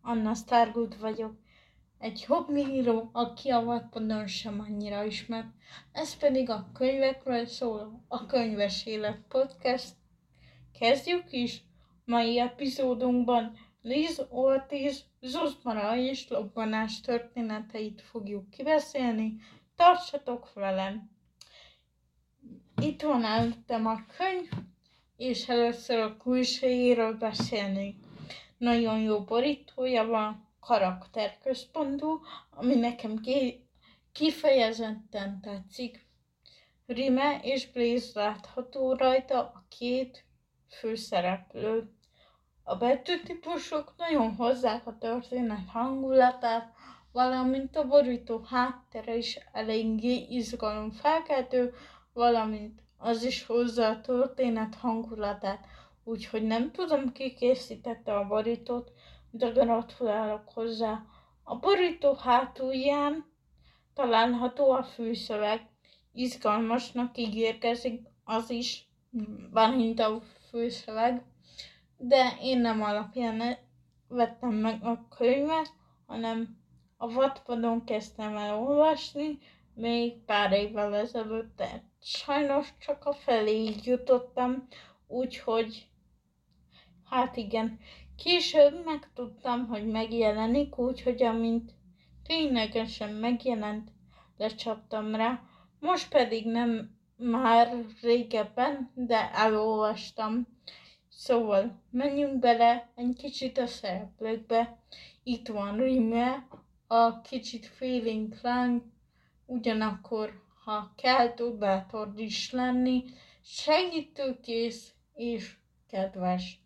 Anna Stargood vagyok, egy hobbiíró, aki a Wattpadon sem annyira ismert. Ez pedig a könyvekről szól, a Könyves Élet Podcast. Kezdjük is! Mai epizódunkban Liz Ortiz, Zuzmara és lobbanás történeteit fogjuk kibeszélni. Tartsatok velem! Itt van előttem a könyv, és először a külsejéről beszélnék. Nagyon jó borítója van, karakterközpontú, ami nekem kifejezetten tetszik. Rime és Blaze látható rajta, a két főszereplő. A betűtípusok nagyon hozzák a történet hangulatát, valamint a borító háttere is eléggé izgalomfelkeltő, valamint az is hozza a történet hangulatát. Úgyhogy nem tudom, ki készítette a borítót, de gratulálok hozzá. A borító hátulján található a főszöveg. Izgalmasnak ígérkezik az is, bármint a főszöveg, de én nem alapján vettem meg a könyvet, hanem a Wattpadon kezdtem el olvasni, még pár évvel ezelőtt, de sajnos csak a feléig jutottam, úgyhogy hát igen, később megtudtam, hogy megjelenik, úgyhogy amint ténylegesen megjelent, lecsaptam rá. Most pedig nem már régebben, de elolvastam. Szóval menjünk bele egy kicsit a szereplőkbe. Itt van Rime, a kicsit félénk lány, ugyanakkor ha kell, tud bátor is lenni, segítőkész és kedves.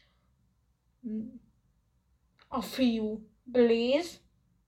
A fiú Blaze,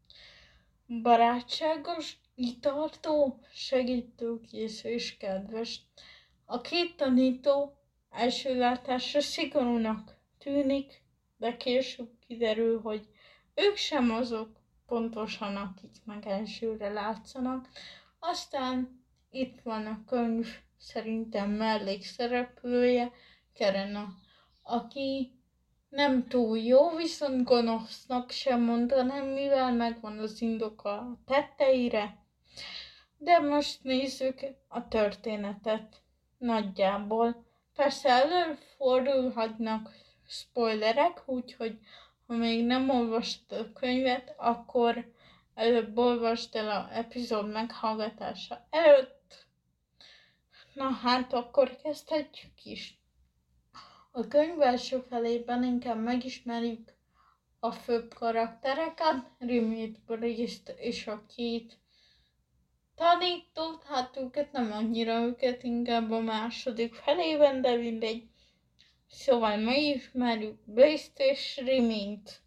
barátságos, kitartó, segítőkész és kedves. A két tanító első látásra szigorúnak tűnik, de később kiderül, hogy ők sem azok pontosan, akik meg elsőre látszanak. Aztán itt van a könyv szerintem mellékszereplője, Kerena, aki nem túl jó, viszont gonosznak sem mondanám, mivel megvan az indoka a tetteire. De most nézzük a történetet nagyjából. Persze előfordulhatnak spoilerek, úgyhogy ha még nem olvastad a könyvet, akkor előbb olvasd el az epizód meghallgatása előtt. Na hát, akkor kezdhetjük is. A könyv első felében inkább megismerjük a főbb karaktereket, Rimét, Blaze-t és a két tanítót, hát nem annyira őket, inkább a második felében, de mindegy. Szóval megismerjük Blaze-t és Rimét.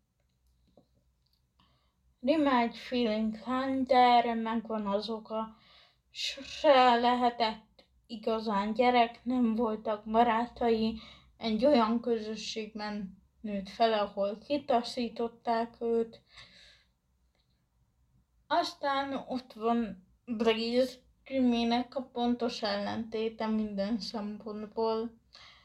Rime egy félénk lány, de erre megvan az oka. Sose lehetett igazán gyerek, nem voltak barátai, egy olyan közösségben nőtt fel, ahol kitaszították őt. Aztán ott van Blaze, Rimének a pontos ellentéte minden szempontból.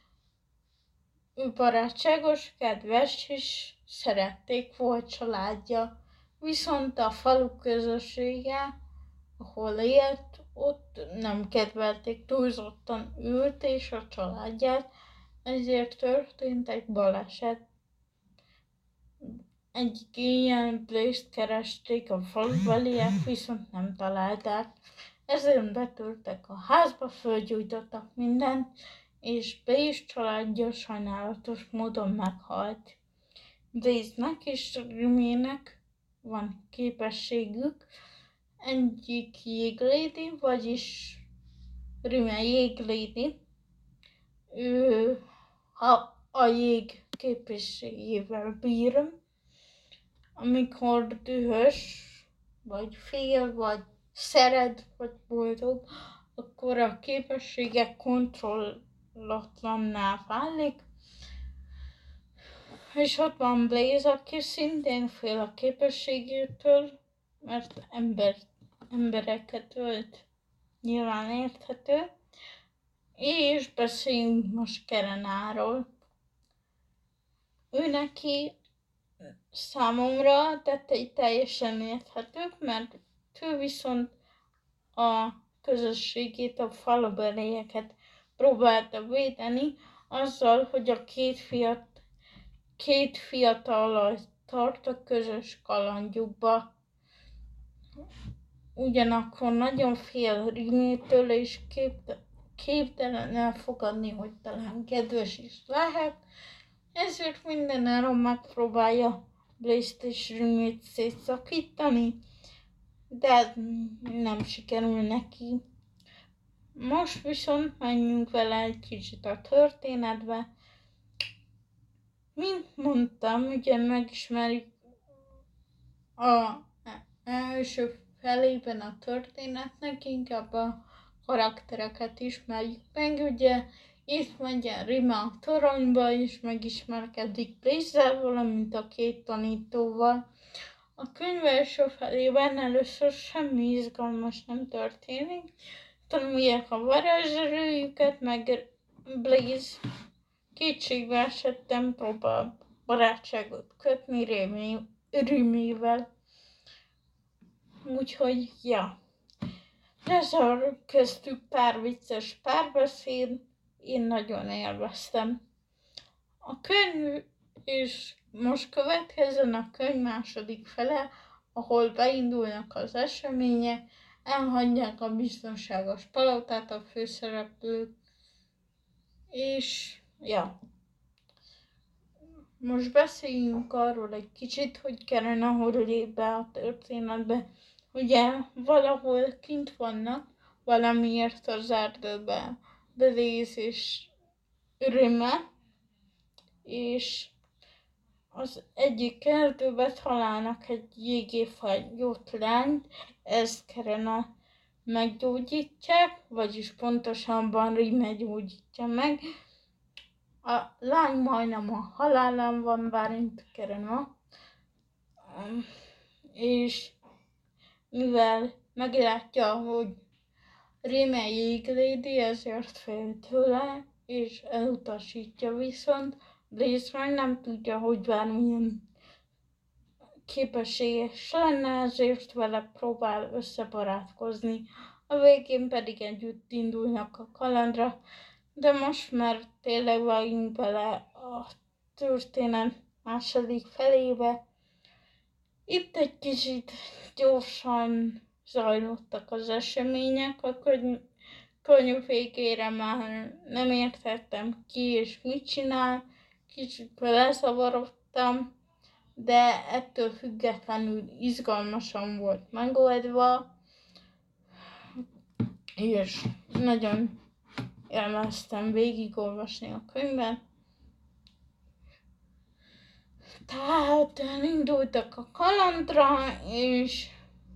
Ő barátságos, kedves és szerették volt családja, viszont a falu közössége, ahol élt, ott nem kedvelték túlzottan őt és a családját, ezért történt egy baleset. Egyik éjjel Blaze-t keresték a falubeliek, viszont nem találták. Ezért betörtek a házba, fölgyújtottak mindent, és Blaze családja sajnálatos módon meghalt. Blaze-nek és Rimének van képességük, egyik jéglédi, vagyis Rime jéglédi, ő a jég képességével bír, amikor dühös, vagy fél, vagy szeret, vagy boldog, akkor a képessége kontrollatlanná válik. És ott van Blaze, aki szintén fél a képességétől, mert embereket ölt, nyilván érthető. És beszéljünk most Kerenáról. Ő neki számomra tettei teljesen érthetők, mert ő viszont a közösségét, a falubelieket próbálta védeni azzal, hogy a két fiatallal tart a közös kalandjukba. Ugyanakkor nagyon fél Rimétől, és képtelen elfogadni, hogy talán kedves is lehet, ezért mindenáron megpróbálja Blaze-t és Rimét szétszakítani, de nem sikerül neki. Most viszont menjünk vele egy kicsit a történetbe. Mint mondtam, ugye megismerjük az első felében a történetnek, inkább a karaktereket ismerjük meg. Ugye itt megy Rima a toronyba, és megismerkedik Blaze-zel, valamint a két tanítóval. A könyv első felében először semmi izgalmas nem történik. Tanulják a varázserőjüket, meg Blaze kétségbe esetten próbál barátságot kötni Rimével. Úgyhogy, ja. Ez a köztük pár vicces párbeszéd, én nagyon élveztem. A könyv, és most következzen a könyv második fele, ahol beindulnak az események, elhagyják a biztonságos palotát a főszereplők, és ja. Most beszéljünk arról egy kicsit, hogy Karen lép be a történetbe. Ugye valahol kint vannak, valamiért az erdőben Blaze és Rime, és az egyik erdőben találnak egy jégéfagyott lányt, ezt Karen meggyógyítják, vagyis pontosabban Rime gyógyítja meg. A lány majdnem a halálán van, bárint Karen, és mivel meglátja, hogy Rime jéglédi, ezért fél tőle, és elutasítja, viszont Blaze nem tudja, hogy bármilyen képességes lenne, ezért vele próbál összebarátkozni. A végén pedig együtt indulnak a kalandra, de most már tényleg vágjunk bele a történet második felébe. Itt egy kicsit gyorsan zajlottak az események, a könyv végére már nem értettem ki és mit csinál, kicsit belezavarodtam, de ettől függetlenül izgalmasan volt megoldva, és nagyon élveztem végigolvasni a könyvet. Tehát elindultak a kalandra, és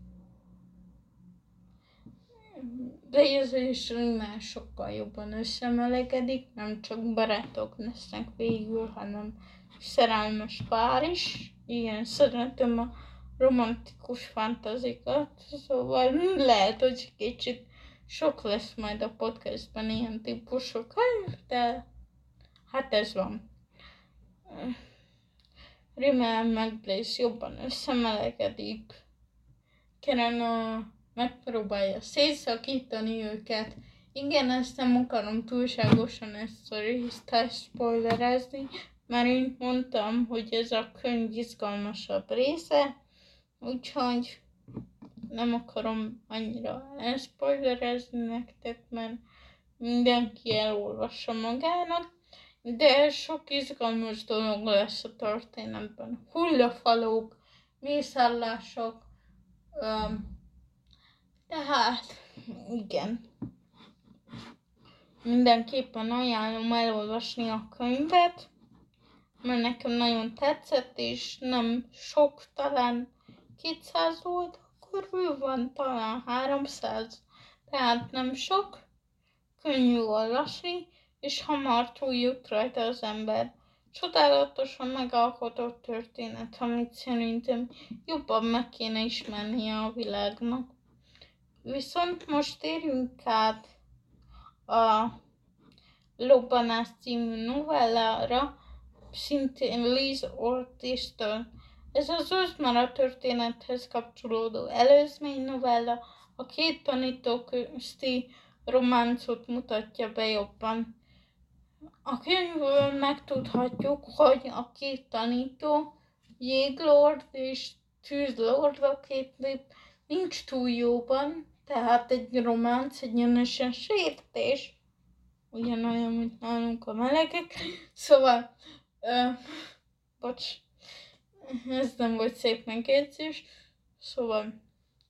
Blaze és Rime sokkal jobban összemelegedik, nem csak barátok lesznek végül, hanem szerelmes pár is. Igen, szeretem a romantikus fantazikat, szóval lehet, hogy kicsit sok lesz majd a podcastben ilyen típusú könyv, de hát ez van. Rime meg Blaze jobban összemelegedik. Karen megpróbálja szétszakítani őket. Igen, ezt nem akarom túlságosan ezt a részt spoilerezni, mert én mondtam, hogy ez a könyv izgalmasabb része, úgyhogy nem akarom annyira elspoilerezni nektek, mert mindenki elolvassa magának, de sok izgalmas dolog lesz a történetben. Hullafalók, mészállások, tehát igen. Mindenképpen ajánlom elolvasni a könyvet, mert nekem nagyon tetszett, és nem sok, talán 200 oldal körül van, talán 300, tehát nem sok, könnyű olvasni, és hamar túljut rajta az ember. Csodálatosan megalkotott történet, amit szerintem jobban meg kéne ismernie a világnak. Viszont most térjünk át a Lobbanás című novellára, szintén Liz Ortiz-től. Ez az Uzmara történethez kapcsolódó előzmény novella a két tanító közti románcot mutatja be jobban. A könyvből megtudhatjuk, hogy a két tanító, Jéglord és Tűzlord a két nép nincs túl jóban, tehát egy románc egyenesen sértés, ugyanolyan, mint nálunk a melegek. Szóval, bocs, ez nem volt szép megjegyzés. Szóval,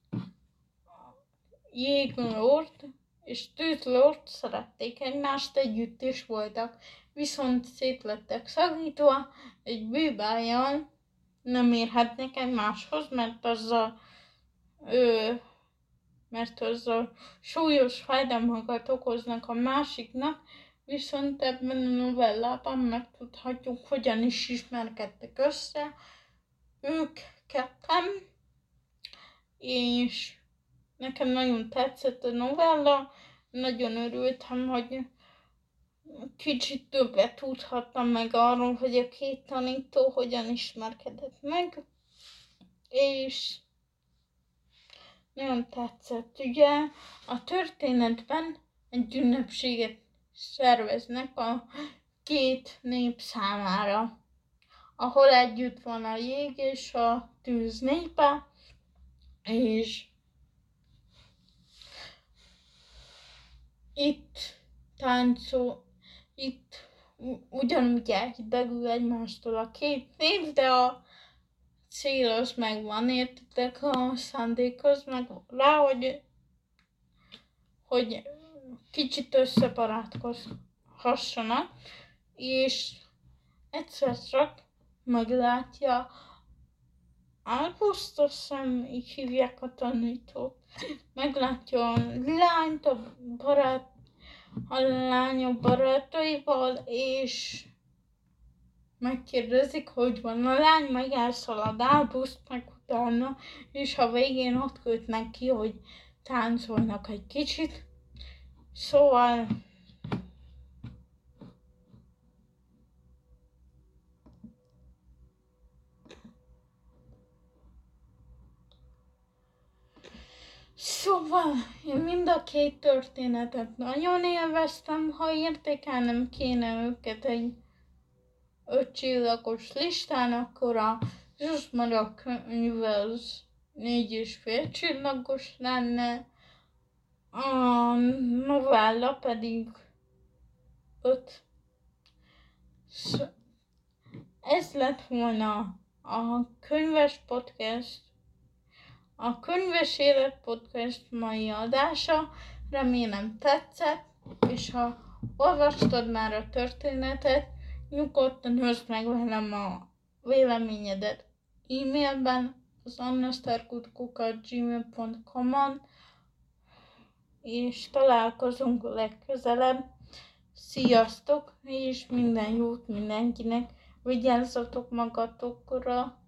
Jéglord és Tűzlord szerették egymást, együtt is voltak, viszont szét lettek szakítva egy bűbájjal, nem érhetnek egymáshoz, mert azzal súlyos fájdalmakat okoznak a másiknak, viszont ebben a novellában megtudhatjuk, hogyan is ismerkedtek össze ők ketten, és nekem nagyon tetszett a novella, nagyon örültem, hogy kicsit többet tudhattam meg arról, hogy a két tanító hogyan ismerkedett meg, és nagyon tetszett. Ugye a történetben egy ünnepséget szerveznek a két nép számára, ahol együtt van a jég és a tűz népe, és itt ugyanúgy elhidegül egymástól a két nép, de a cél az megvan, értitek, a szándék az meg rá, hogy kicsit összebarátkozhassanak, és egyszer csak meglátja Albuszt, azt hiszem, így hívják a tanítót, meglátja a lányt, a lányok barátaival, és megkérdezik, hogy van a lány, meg elszalad Albuszt, meg utána, és a végén ott kötnek ki, hogy táncolnak egy kicsit. Szóval én mind a két történetet nagyon élveztem, ha értékelnem kéne őket egy 5 csillagos listán, akkor a Uzmara könyv az 4,5 csillagos lenne, a novella pedig 5. Ez lett volna a Könyves Podcast, a Könyves Élet Podcast mai adása. Remélem tetszett, és ha olvastad már a történetet, nyugodtan oszd meg velem a véleményedet e-mailben, az annaszterkut@gmail.com-on, és találkozunk legközelebb. Sziasztok, és minden jót mindenkinek, vigyázzatok magatokra!